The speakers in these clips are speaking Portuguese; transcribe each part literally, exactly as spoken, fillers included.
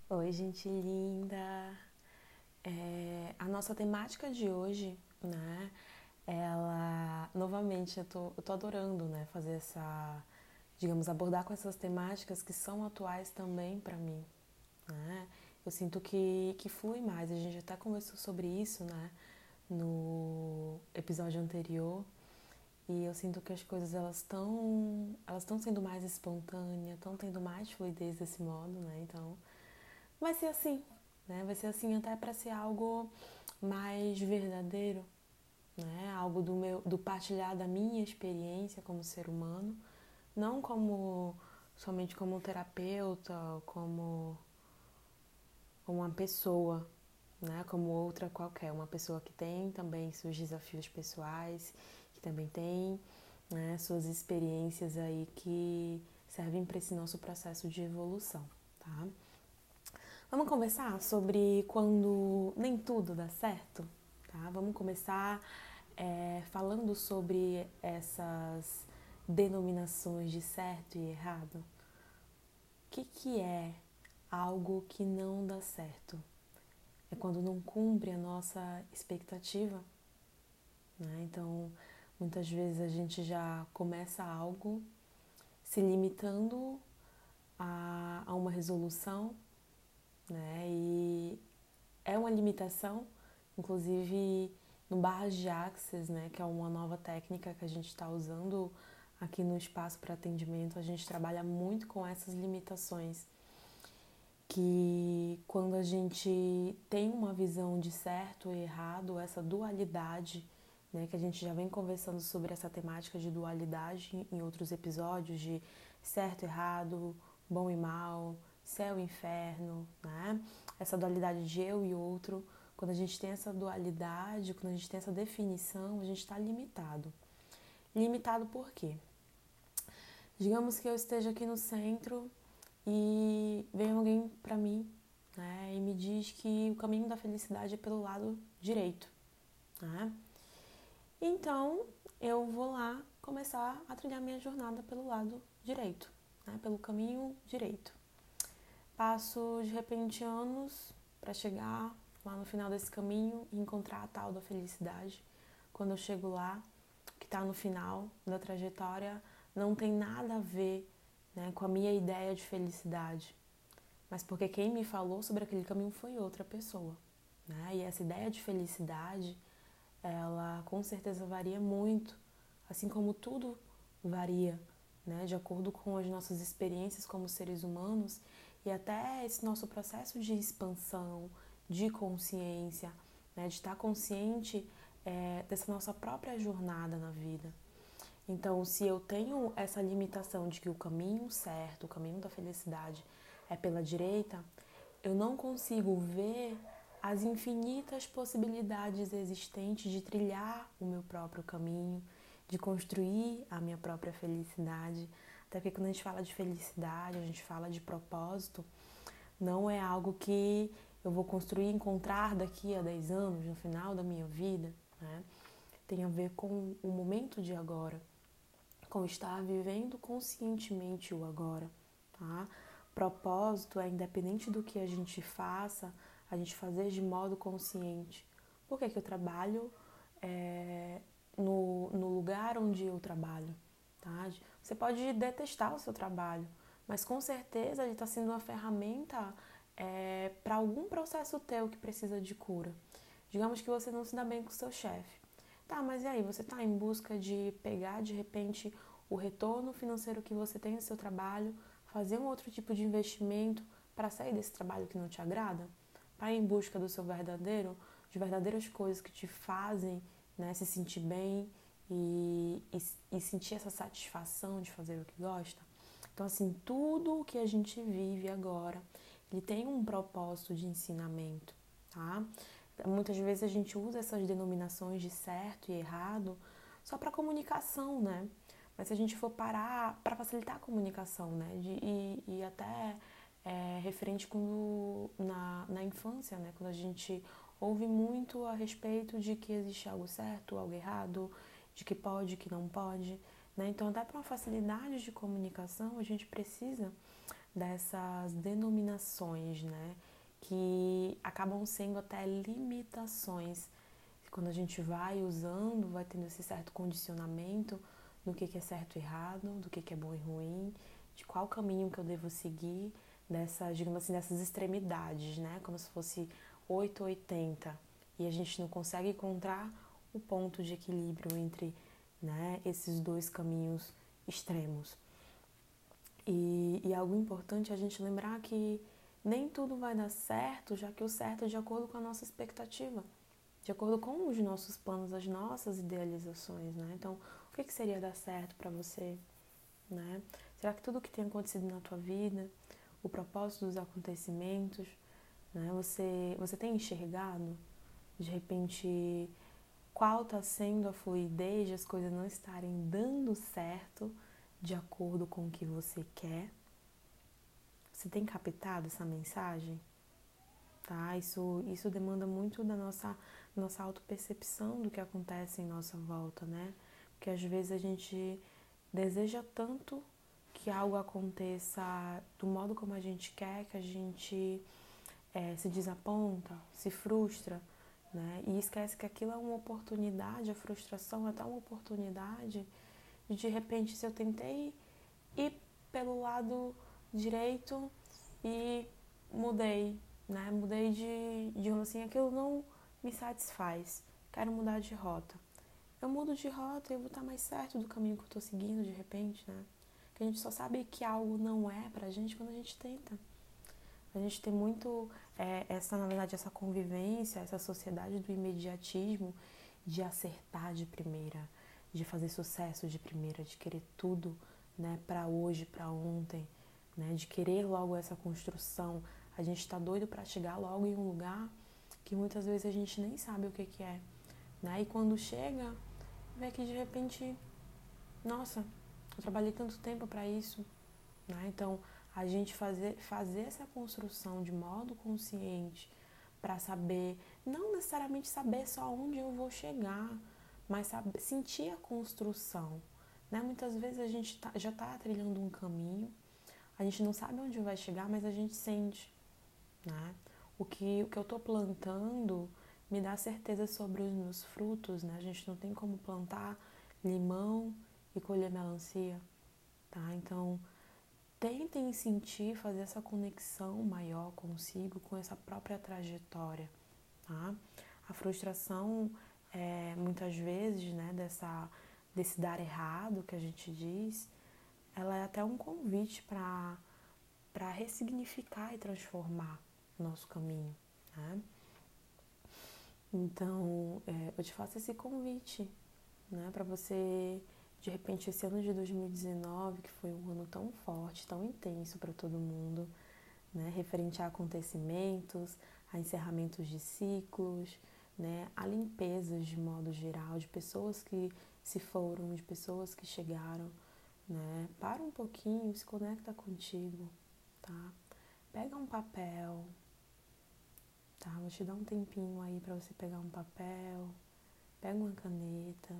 Oi, gente linda! É, a nossa temática de hoje, né? Ela, novamente, eu tô, eu tô adorando, né? Fazer essa, digamos, abordar com essas temáticas que são atuais também para mim, né? Eu sinto que, que flui mais. A gente até conversou sobre isso, né? No episódio anterior. E eu sinto que as coisas elas estão elas estão sendo mais espontâneas, estão tendo mais fluidez desse modo, né? Então, vai ser assim, né? Vai ser assim até para ser algo mais verdadeiro, né? Algo do meu, do partilhar da minha experiência como ser humano, não como somente como um terapeuta, como como uma pessoa, né? Como outra qualquer, uma pessoa que tem também seus desafios pessoais, que também tem, né, suas experiências aí que servem para esse nosso processo de evolução, tá? Vamos conversar sobre quando nem tudo dá certo, tá? Vamos começar é, falando sobre essas denominações de certo e errado. O que, que é algo que não dá certo? É quando não cumpre a nossa expectativa, né? Então, muitas vezes a gente já começa algo se limitando a, a uma resolução, né? E é uma limitação, inclusive no Barras de Axis, né, que é uma nova técnica que a gente está usando aqui no espaço para atendimento, a gente trabalha muito com essas limitações, que quando a gente tem uma visão de certo e errado, essa dualidade, né, que a gente já vem conversando sobre essa temática de dualidade em outros episódios, de certo e errado, bom e mal, céu e inferno, né? Essa dualidade de eu e outro, quando a gente tem essa dualidade, quando a gente tem essa definição, a gente está limitado. Limitado por quê? Digamos que eu esteja aqui no centro e vem alguém para mim, né, e me diz que o caminho da felicidade é pelo lado direito, né? Então eu vou lá começar a trilhar minha jornada pelo lado direito, né, pelo caminho direito. Passo de repente anos para chegar lá no final desse caminho e encontrar a tal da felicidade. Quando eu chego lá, que está no final da trajetória, não tem nada a ver, né, com a minha ideia de felicidade, mas porque quem me falou sobre aquele caminho foi outra pessoa, né? E essa ideia de felicidade, ela com certeza varia muito, assim como tudo varia, né, de acordo com as nossas experiências como seres humanos e até esse nosso processo de expansão, de consciência, né, de estar consciente é, dessa nossa própria jornada na vida. Então, se eu tenho essa limitação de que o caminho certo, o caminho da felicidade é pela direita, eu não consigo ver as infinitas possibilidades existentes de trilhar o meu próprio caminho, de construir a minha própria felicidade. Até porque quando a gente fala de felicidade, a gente fala de propósito, não é algo que eu vou construir e encontrar daqui a dez anos, no final da minha vida, né? Tem a ver com o momento de agora, com estar vivendo conscientemente o agora, tá? Propósito é independente do que a gente faça, a gente fazer de modo consciente. Por que que eu trabalho é, no, no lugar onde eu trabalho, tá? Você pode detestar o seu trabalho, mas com certeza ele está sendo uma ferramenta é, para algum processo teu que precisa de cura. Digamos que você não se dá bem com o seu chefe. Tá, mas e aí? Você está em busca de pegar, de repente, o retorno financeiro que você tem no seu trabalho, fazer um outro tipo de investimento para sair desse trabalho que não te agrada? Para ir em busca do seu verdadeiro, de verdadeiras coisas que te fazem, né, se sentir bem e, e, e sentir essa satisfação de fazer o que gosta? Então, assim, tudo o que a gente vive agora, ele tem um propósito de ensinamento, tá? Muitas vezes a gente usa essas denominações de certo e errado só para comunicação, né? Mas se a gente for parar para facilitar a comunicação, né? De, e, e até é, referente quando, na, na infância, né? Quando a gente ouve muito a respeito de que existe algo certo, algo errado, de que pode, que não pode, né? Então, até para uma facilidade de comunicação, a gente precisa dessas denominações, né? Que acabam sendo até limitações. Quando a gente vai usando, vai tendo esse certo condicionamento do que é certo e errado, do que é bom e ruim, de qual caminho que eu devo seguir, dessas, digamos assim, dessas extremidades, né? Como se fosse oito ou oitenta. E a gente não consegue encontrar o ponto de equilíbrio entre, né, esses dois caminhos extremos. E, e algo importante é a gente lembrar que nem tudo vai dar certo, já que o certo é de acordo com a nossa expectativa, de acordo com os nossos planos, as nossas idealizações, né? Então, o que, que seria dar certo para você, né? Será que tudo que tem acontecido na tua vida, o propósito dos acontecimentos, né? Você, você tem enxergado, de repente, qual está sendo a fluidez de as coisas não estarem dando certo de acordo com o que você quer? Você tem captado essa mensagem? Tá? Isso, isso demanda muito da nossa, nossa autopercepção do que acontece em nossa volta, né? Porque às vezes a gente deseja tanto que algo aconteça do modo como a gente quer, que a gente é, se desaponta, se frustra, né? E esquece que aquilo é uma oportunidade, a frustração é até uma oportunidade de, de repente, se eu tentei ir pelo lado direito e mudei, né? Mudei de, de assim, aquilo não me satisfaz, quero mudar de rota. Eu mudo de rota e eu vou estar mais certo do caminho que eu estou seguindo de repente, né? Que a gente só sabe que algo não é pra gente quando a gente tenta. A gente tem muito é, essa, na verdade, essa convivência, essa sociedade do imediatismo, de acertar de primeira, de fazer sucesso de primeira, de querer tudo, né, para hoje, para ontem, né, de querer logo essa construção. A gente está doido para chegar logo em um lugar que muitas vezes a gente nem sabe o que, que é, né? E quando chega, vê que de repente, nossa, eu trabalhei tanto tempo para isso, né? Então, a gente fazer, fazer essa construção de modo consciente para saber, não necessariamente saber só onde eu vou chegar, mas saber, sentir a construção, né? Muitas vezes a gente tá, já está trilhando um caminho, a gente não sabe onde vai chegar, mas a gente sente, né? O que, o que eu estou plantando me dá certeza sobre os meus frutos, né? A gente não tem como plantar limão e colher melancia, tá? Então, tentem sentir, fazer essa conexão maior consigo, com essa própria trajetória, tá? A frustração, é, muitas vezes, né, dessa, desse dar errado que a gente diz, ela é até um convite para para ressignificar e transformar o nosso caminho, né? Então, é, eu te faço esse convite, né, para você, de repente, esse ano de dois mil e dezenove, que foi um ano tão forte, tão intenso para todo mundo, né, referente a acontecimentos, a encerramentos de ciclos, né, a limpezas de modo geral, de pessoas que se foram, de pessoas que chegaram, né, para um pouquinho, se conecta contigo, tá? Pega um papel, tá? Vou te dar um tempinho aí para você pegar um papel, pega uma caneta,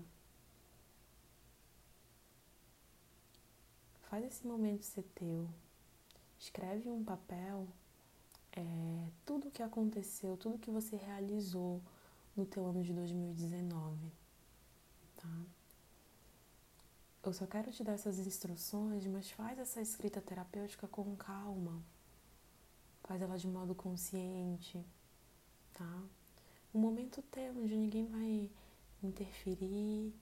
faz esse momento ser teu, escreve em um papel é, tudo o que aconteceu, tudo que você realizou no teu ano de dois mil e dezenove, tá? Eu só quero te dar essas instruções, mas faz essa escrita terapêutica com calma, faz ela de modo consciente, tá? Um momento teu, onde ninguém vai interferir,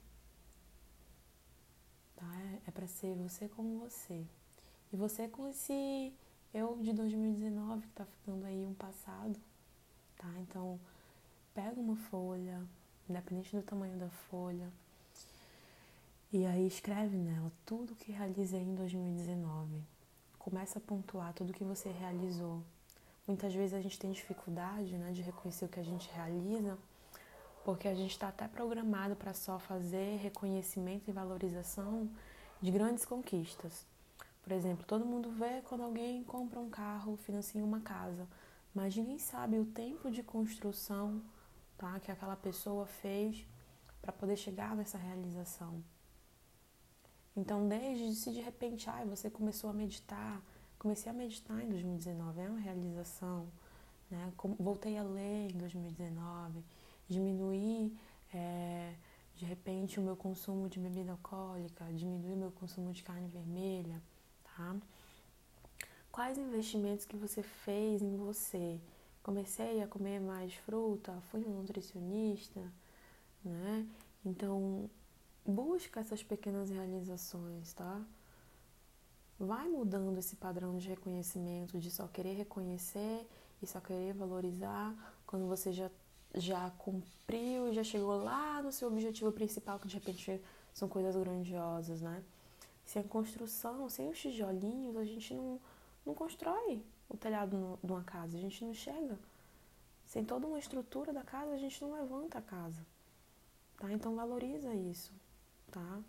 tá? É pra ser você com você. E você com esse eu de dois mil e dezenove, que tá ficando aí um passado, tá? Então, pega uma folha, independente do tamanho da folha, e aí escreve nela tudo que realizei em dois mil e dezenove. Começa a pontuar tudo que você realizou. Muitas vezes a gente tem dificuldade, né, de reconhecer o que a gente realiza, porque a gente está até programado para só fazer reconhecimento e valorização de grandes conquistas. Por exemplo, todo mundo vê quando alguém compra um carro, financia uma casa, mas ninguém sabe o tempo de construção, tá, que aquela pessoa fez para poder chegar nessa realização. Então, desde se de repente ah, você começou a meditar, comecei a meditar em dois mil e dezenove, é uma realização, né? Voltei a ler em dois mil e dezenove, diminuí, é, de repente, o meu consumo de bebida alcoólica, diminuí o meu consumo de carne vermelha, tá? Quais investimentos que você fez em você? Comecei a comer mais fruta, fui no nutricionista, né? Então, busca essas pequenas realizações, tá? Vai mudando esse padrão de reconhecimento, de só querer reconhecer e só querer valorizar quando você já, já cumpriu e já chegou lá no seu objetivo principal, que de repente são coisas grandiosas, né? Sem a construção, sem os tijolinhos, a gente não, não constrói o telhado no, de uma casa, a gente não chega. Sem toda uma estrutura da casa, a gente não levanta a casa, tá? Então valoriza isso, tá?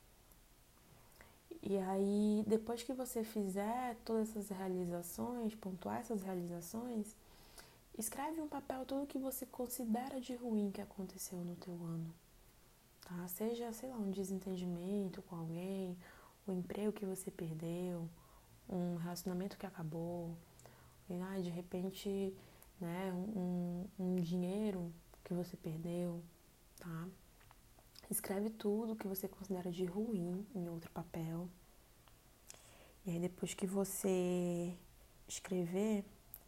E aí, depois que você fizer todas essas realizações, pontuar essas realizações, escreve um papel tudo que você considera de ruim que aconteceu no teu ano, tá? Seja, sei lá, um desentendimento com alguém, um emprego que você perdeu, um relacionamento que acabou, e, ah, de repente, né, um, um dinheiro que você perdeu, tá? Escreve tudo que você considera de ruim em outro papel. E aí, depois que você escrever,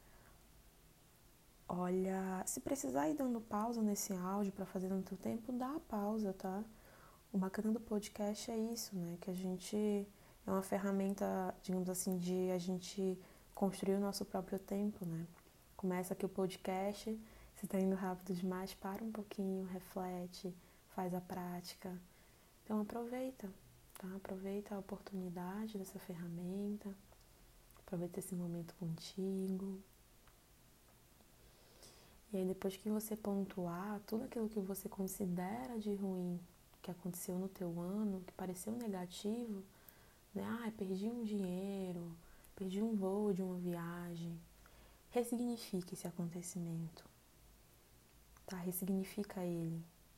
olha, se precisar ir dando pausa nesse áudio para fazer no teu tempo, dá a pausa, tá? O bacana do podcast é isso, né? Que a gente é uma ferramenta, digamos assim, de a gente construir o nosso próprio tempo, né? Começa aqui o podcast, se tá indo rápido demais, para um pouquinho, reflete, faz a prática. Então aproveita, tá? Aproveita a oportunidade dessa ferramenta, aproveita esse momento contigo. E aí depois que você pontuar tudo aquilo que você considera de ruim que aconteceu no teu ano, que pareceu negativo, né? Ah, perdi um dinheiro, perdi um voo de uma viagem. Ressignifique esse acontecimento, tá? Ressignifica ele.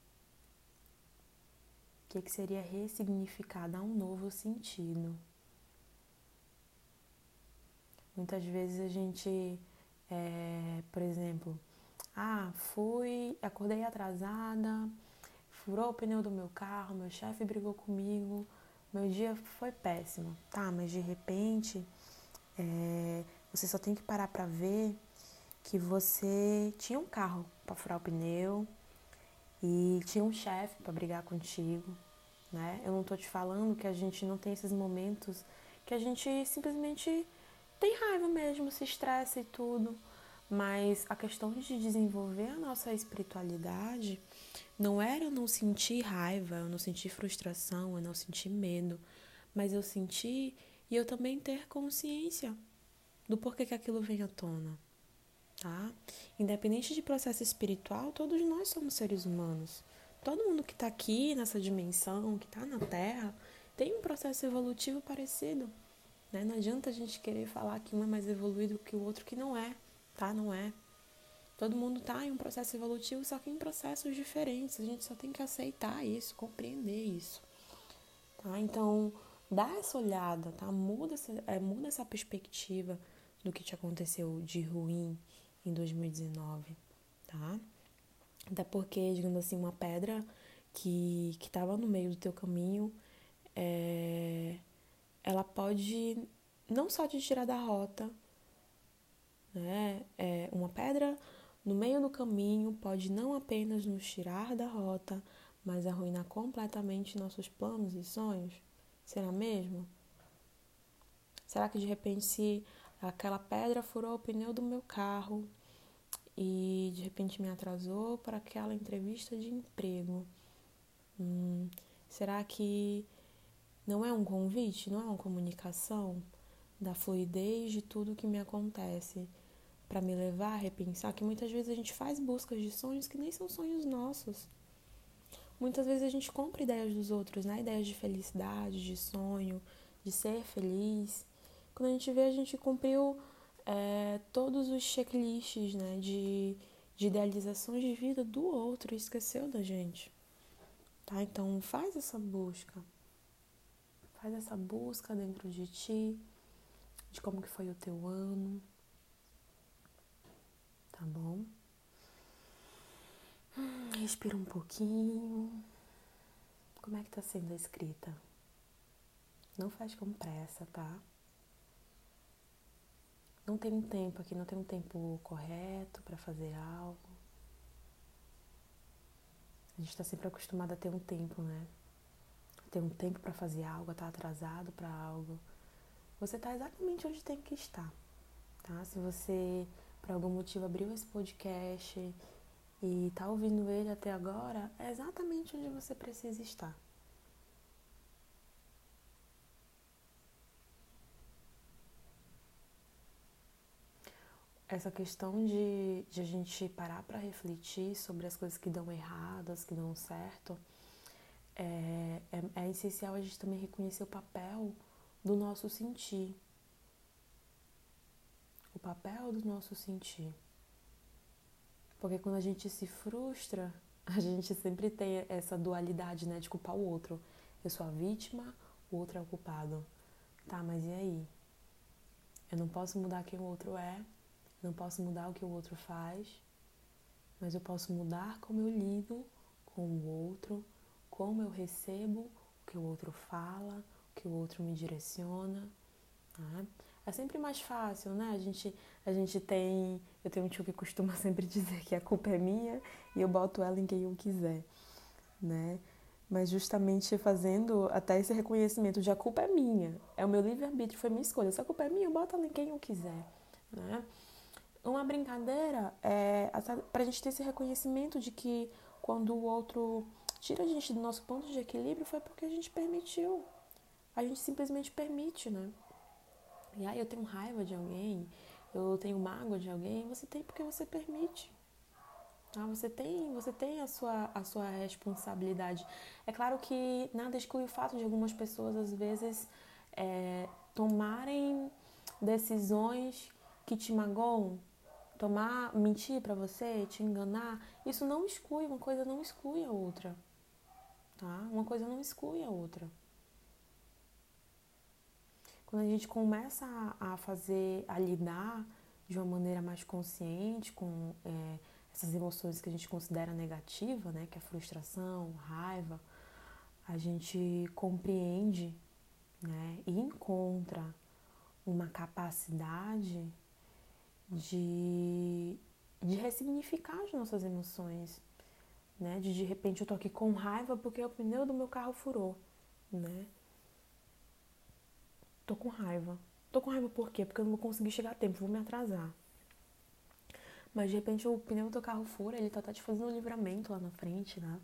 O que, que seria ressignificar? Dar um novo sentido. Muitas vezes a gente, é, por exemplo, ah, fui, acordei atrasada, furou o pneu do meu carro, meu chefe brigou comigo, meu dia foi péssimo. Tá, mas de repente, é, você só tem que parar pra ver que você tinha um carro pra furar o pneu e tinha um chefe pra brigar contigo, né? Eu não tô te falando que a gente não tem esses momentos que a gente simplesmente tem raiva mesmo, se estressa e tudo. Mas a questão de desenvolver a nossa espiritualidade não era eu não sentir raiva, eu não sentir frustração, eu não sentir medo, mas eu sentir e eu também ter consciência do porquê que aquilo vem à tona, tá? Independente de processo espiritual, todos nós somos seres humanos. Todo mundo que está aqui nessa dimensão, que está na Terra, tem um processo evolutivo parecido, né? Não adianta a gente querer falar que um é mais evoluído que o outro, que não é, tá? Não é. Todo mundo está em um processo evolutivo, só que em processos diferentes. A gente só tem que aceitar isso, compreender isso, tá? Então, dá essa olhada, tá? Muda essa, é, muda essa perspectiva do que te aconteceu de ruim em dois mil e dezenove, tá? Até porque, digamos assim, uma pedra que que estava no meio do teu caminho, é, ela pode não só te tirar da rota, né? É, uma pedra no meio do caminho pode não apenas nos tirar da rota, mas arruinar completamente nossos planos e sonhos. Será mesmo? Será que de repente se aquela pedra furou o pneu do meu carro e de repente me atrasou para aquela entrevista de emprego? Hum, será que não é um convite, não é uma comunicação da fluidez de tudo que me acontece para me levar a repensar que muitas vezes a gente faz buscas de sonhos que nem são sonhos nossos. Muitas vezes a gente compra ideias dos outros, né? Ideias de felicidade, de sonho, de ser feliz. Quando a gente vê, a gente cumpriu é, todos os checklists, né? De, de idealizações de vida do outro e esqueceu da gente. Tá? Então faz essa busca. Faz essa busca dentro de ti, de como que foi o teu ano, tá bom? Hum, respira um pouquinho. Como é que tá sendo a escrita? Não faz com pressa, tá? Não tem um tempo aqui, não tem um tempo correto para fazer algo. A gente tá sempre acostumado a ter um tempo, né? Ter um tempo para fazer algo, a estar atrasado para algo. Você tá exatamente onde tem que estar, tá? Se você, por algum motivo, abriu esse podcast e tá ouvindo ele até agora, é exatamente onde você precisa estar. Essa questão de, de a gente parar para refletir sobre as coisas que dão errado, as que dão certo, é, é, é essencial a gente também reconhecer o papel do nosso sentir. O papel do nosso sentir. Porque quando a gente se frustra, a gente sempre tem essa dualidade, né, de culpar o outro. Eu sou a vítima, o outro é o culpado. Tá, mas e aí? Eu não posso mudar quem o outro é, não posso mudar o que o outro faz, mas eu posso mudar como eu lido com o outro, como eu recebo o que o outro fala, o que o outro me direciona. Tá? É sempre mais fácil, né? A gente, a gente tem... Eu tenho um tio que costuma sempre dizer que a culpa é minha e eu boto ela em quem eu quiser, né? Mas justamente fazendo até esse reconhecimento de a culpa é minha, é o meu livre-arbítrio, foi minha escolha. Se a culpa é minha, eu boto ela em quem eu quiser, né? Uma brincadeira é pra gente ter esse reconhecimento de que quando o outro tira a gente do nosso ponto de equilíbrio foi porque a gente permitiu. A gente simplesmente permite, né? E aí eu tenho raiva de alguém, eu tenho mágoa de alguém, você tem porque você permite. Tá? Você tem, você tem a sua, a sua responsabilidade. É claro que nada exclui o fato de algumas pessoas, às vezes, é, tomarem decisões que te magoam, tomar, mentir pra você, te enganar. Isso não exclui, uma coisa não exclui a outra. Tá? Uma coisa não exclui a outra. Quando a gente começa a, a fazer, a lidar de uma maneira mais consciente com é, essas emoções que a gente considera negativa, né, que é frustração, raiva, a gente compreende, né, e encontra uma capacidade de, de ressignificar as nossas emoções, né, de de repente eu tô aqui com raiva porque o pneu do meu carro furou, né, tô com raiva. Tô com raiva por quê? Porque eu não vou conseguir chegar a tempo, vou me atrasar. Mas de repente o pneu do teu carro fura, ele tá, tá te fazendo um livramento lá na frente, né?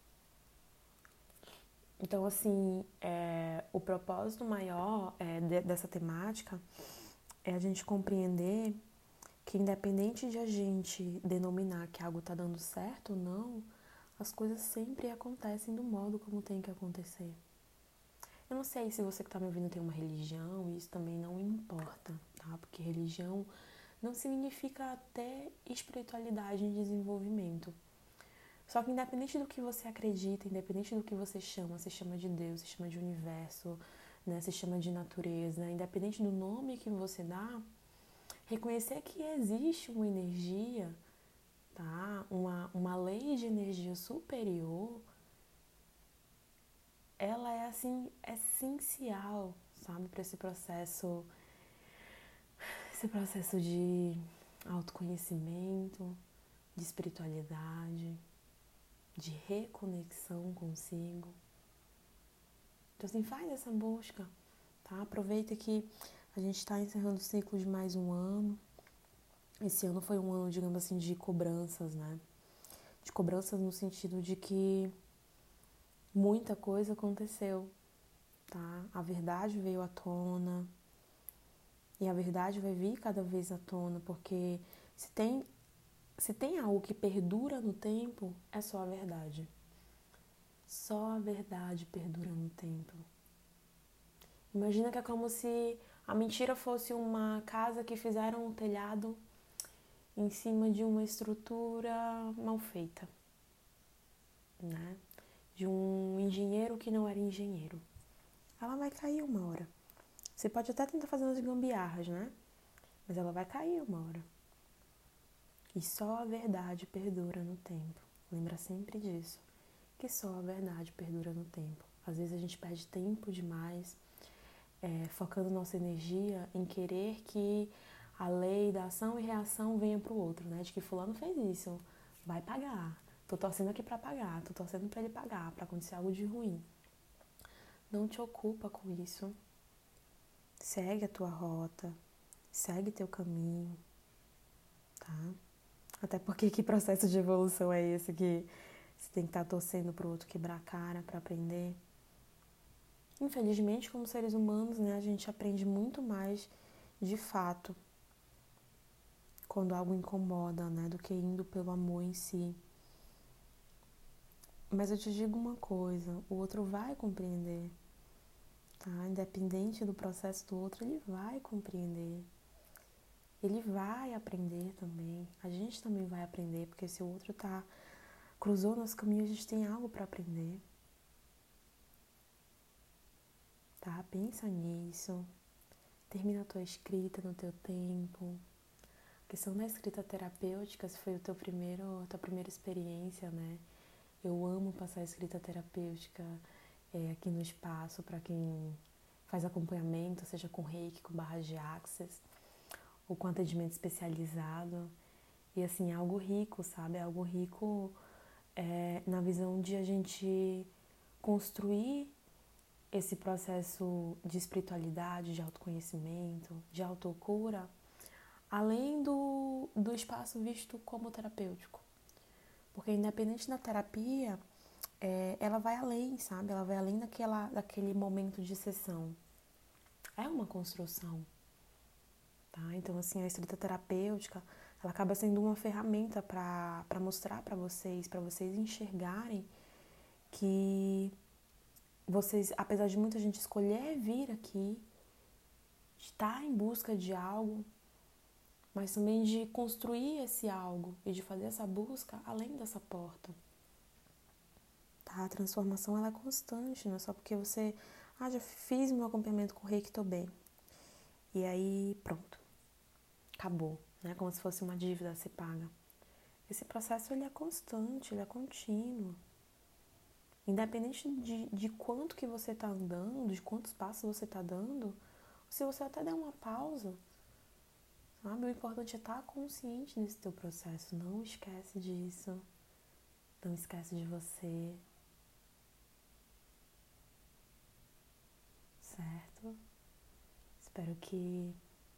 Então, assim, é, o propósito maior é, de, dessa temática é a gente compreender que independente de a gente denominar que algo tá dando certo ou não, as coisas sempre acontecem do modo como tem que acontecer. Eu não sei se você que tá me ouvindo tem uma religião, e isso também não importa, tá? Porque religião não significa até espiritualidade em desenvolvimento. Só que independente do que você acredita, independente do que você chama, você chama de Deus, você chama de universo, né? Você chama de natureza, né? Independente do nome que você dá, reconhecer que existe uma energia, tá? Uma, uma lei de energia superior, ela é assim essencial, sabe, para esse processo, esse processo de autoconhecimento, de espiritualidade, de reconexão consigo. Então, assim, faz essa busca, tá? Aproveita que a gente está encerrando o ciclo de mais um ano. Esse ano foi um ano, digamos assim, de cobranças, né? De cobranças no sentido de que muita coisa aconteceu, tá? A verdade veio à tona e a verdade vai vir cada vez à tona, porque se tem, se tem algo que perdura no tempo, é só a verdade. Só a verdade perdura no tempo. Imagina que é como se a mentira fosse uma casa que fizeram um telhado em cima de uma estrutura mal feita, né? De um engenheiro que não era engenheiro. Ela vai cair uma hora. Você pode até tentar fazer umas gambiarras, né? Mas ela vai cair uma hora. E só a verdade perdura no tempo. Lembra sempre disso. Que só a verdade perdura no tempo. Às vezes a gente perde tempo demais, é, focando nossa energia em querer que a lei da ação e reação venha pro outro, né? De que fulano fez isso, vai pagar. Tô torcendo aqui pra pagar, tô torcendo pra ele pagar, pra acontecer algo de ruim. Não te ocupa com isso. Segue a tua rota, segue teu caminho, tá? Até porque que processo de evolução é esse que você tem que estar torcendo pro outro quebrar a cara pra aprender? Infelizmente, como seres humanos, né, a gente aprende muito mais de fato quando algo incomoda, né, do que indo pelo amor em si. Mas eu te digo uma coisa, o outro vai compreender, tá? Independente do processo do outro, ele vai compreender. Ele vai aprender também. A gente também vai aprender, porque se o outro tá cruzou nosso caminho, a gente tem algo para aprender. Tá? Pensa nisso. Termina a tua escrita no teu tempo. A questão da escrita terapêutica, se foi o teu primeiro, a tua primeira experiência, né? Eu amo passar a escrita terapêutica é, aqui no espaço para quem faz acompanhamento, seja com reiki, com barra de access, ou com atendimento especializado. E assim, é algo rico, sabe? É algo rico é, na visão de a gente construir esse processo de espiritualidade, de autoconhecimento, de autocura, além do, do espaço visto como terapêutico. Porque independente da terapia, é, ela vai além, sabe? Ela vai além daquela, daquele momento de sessão. É uma construção, tá? Então, assim, a escrita terapêutica, ela acaba sendo uma ferramenta para mostrar para vocês, para vocês enxergarem que vocês, apesar de muita gente escolher vir aqui, de estar em busca de algo, mas também de construir esse algo e de fazer essa busca além dessa porta. Tá? A transformação ela é constante, não é só porque você, ah, já fiz meu acompanhamento com o reiki, tô bem. E aí, pronto, acabou, né? Como se fosse uma dívida a ser paga. Esse processo ele é constante, ele é contínuo. Independente de, de quanto que você está andando, de quantos passos você está dando, se você até der uma pausa, sabe? O importante é estar consciente nesse teu processo. Não esquece disso. Não esquece de você. Certo? Espero que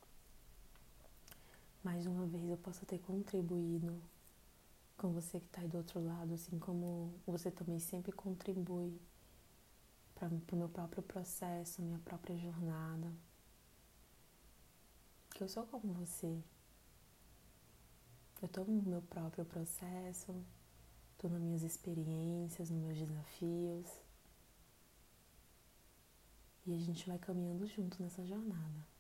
mais uma vez eu possa ter contribuído com você que está aí do outro lado, assim como você também sempre contribui para o meu próprio processo, minha própria jornada. Que eu sou como você. Eu estou no meu próprio processo, estou nas minhas experiências, nos meus desafios. E a gente vai caminhando junto nessa jornada.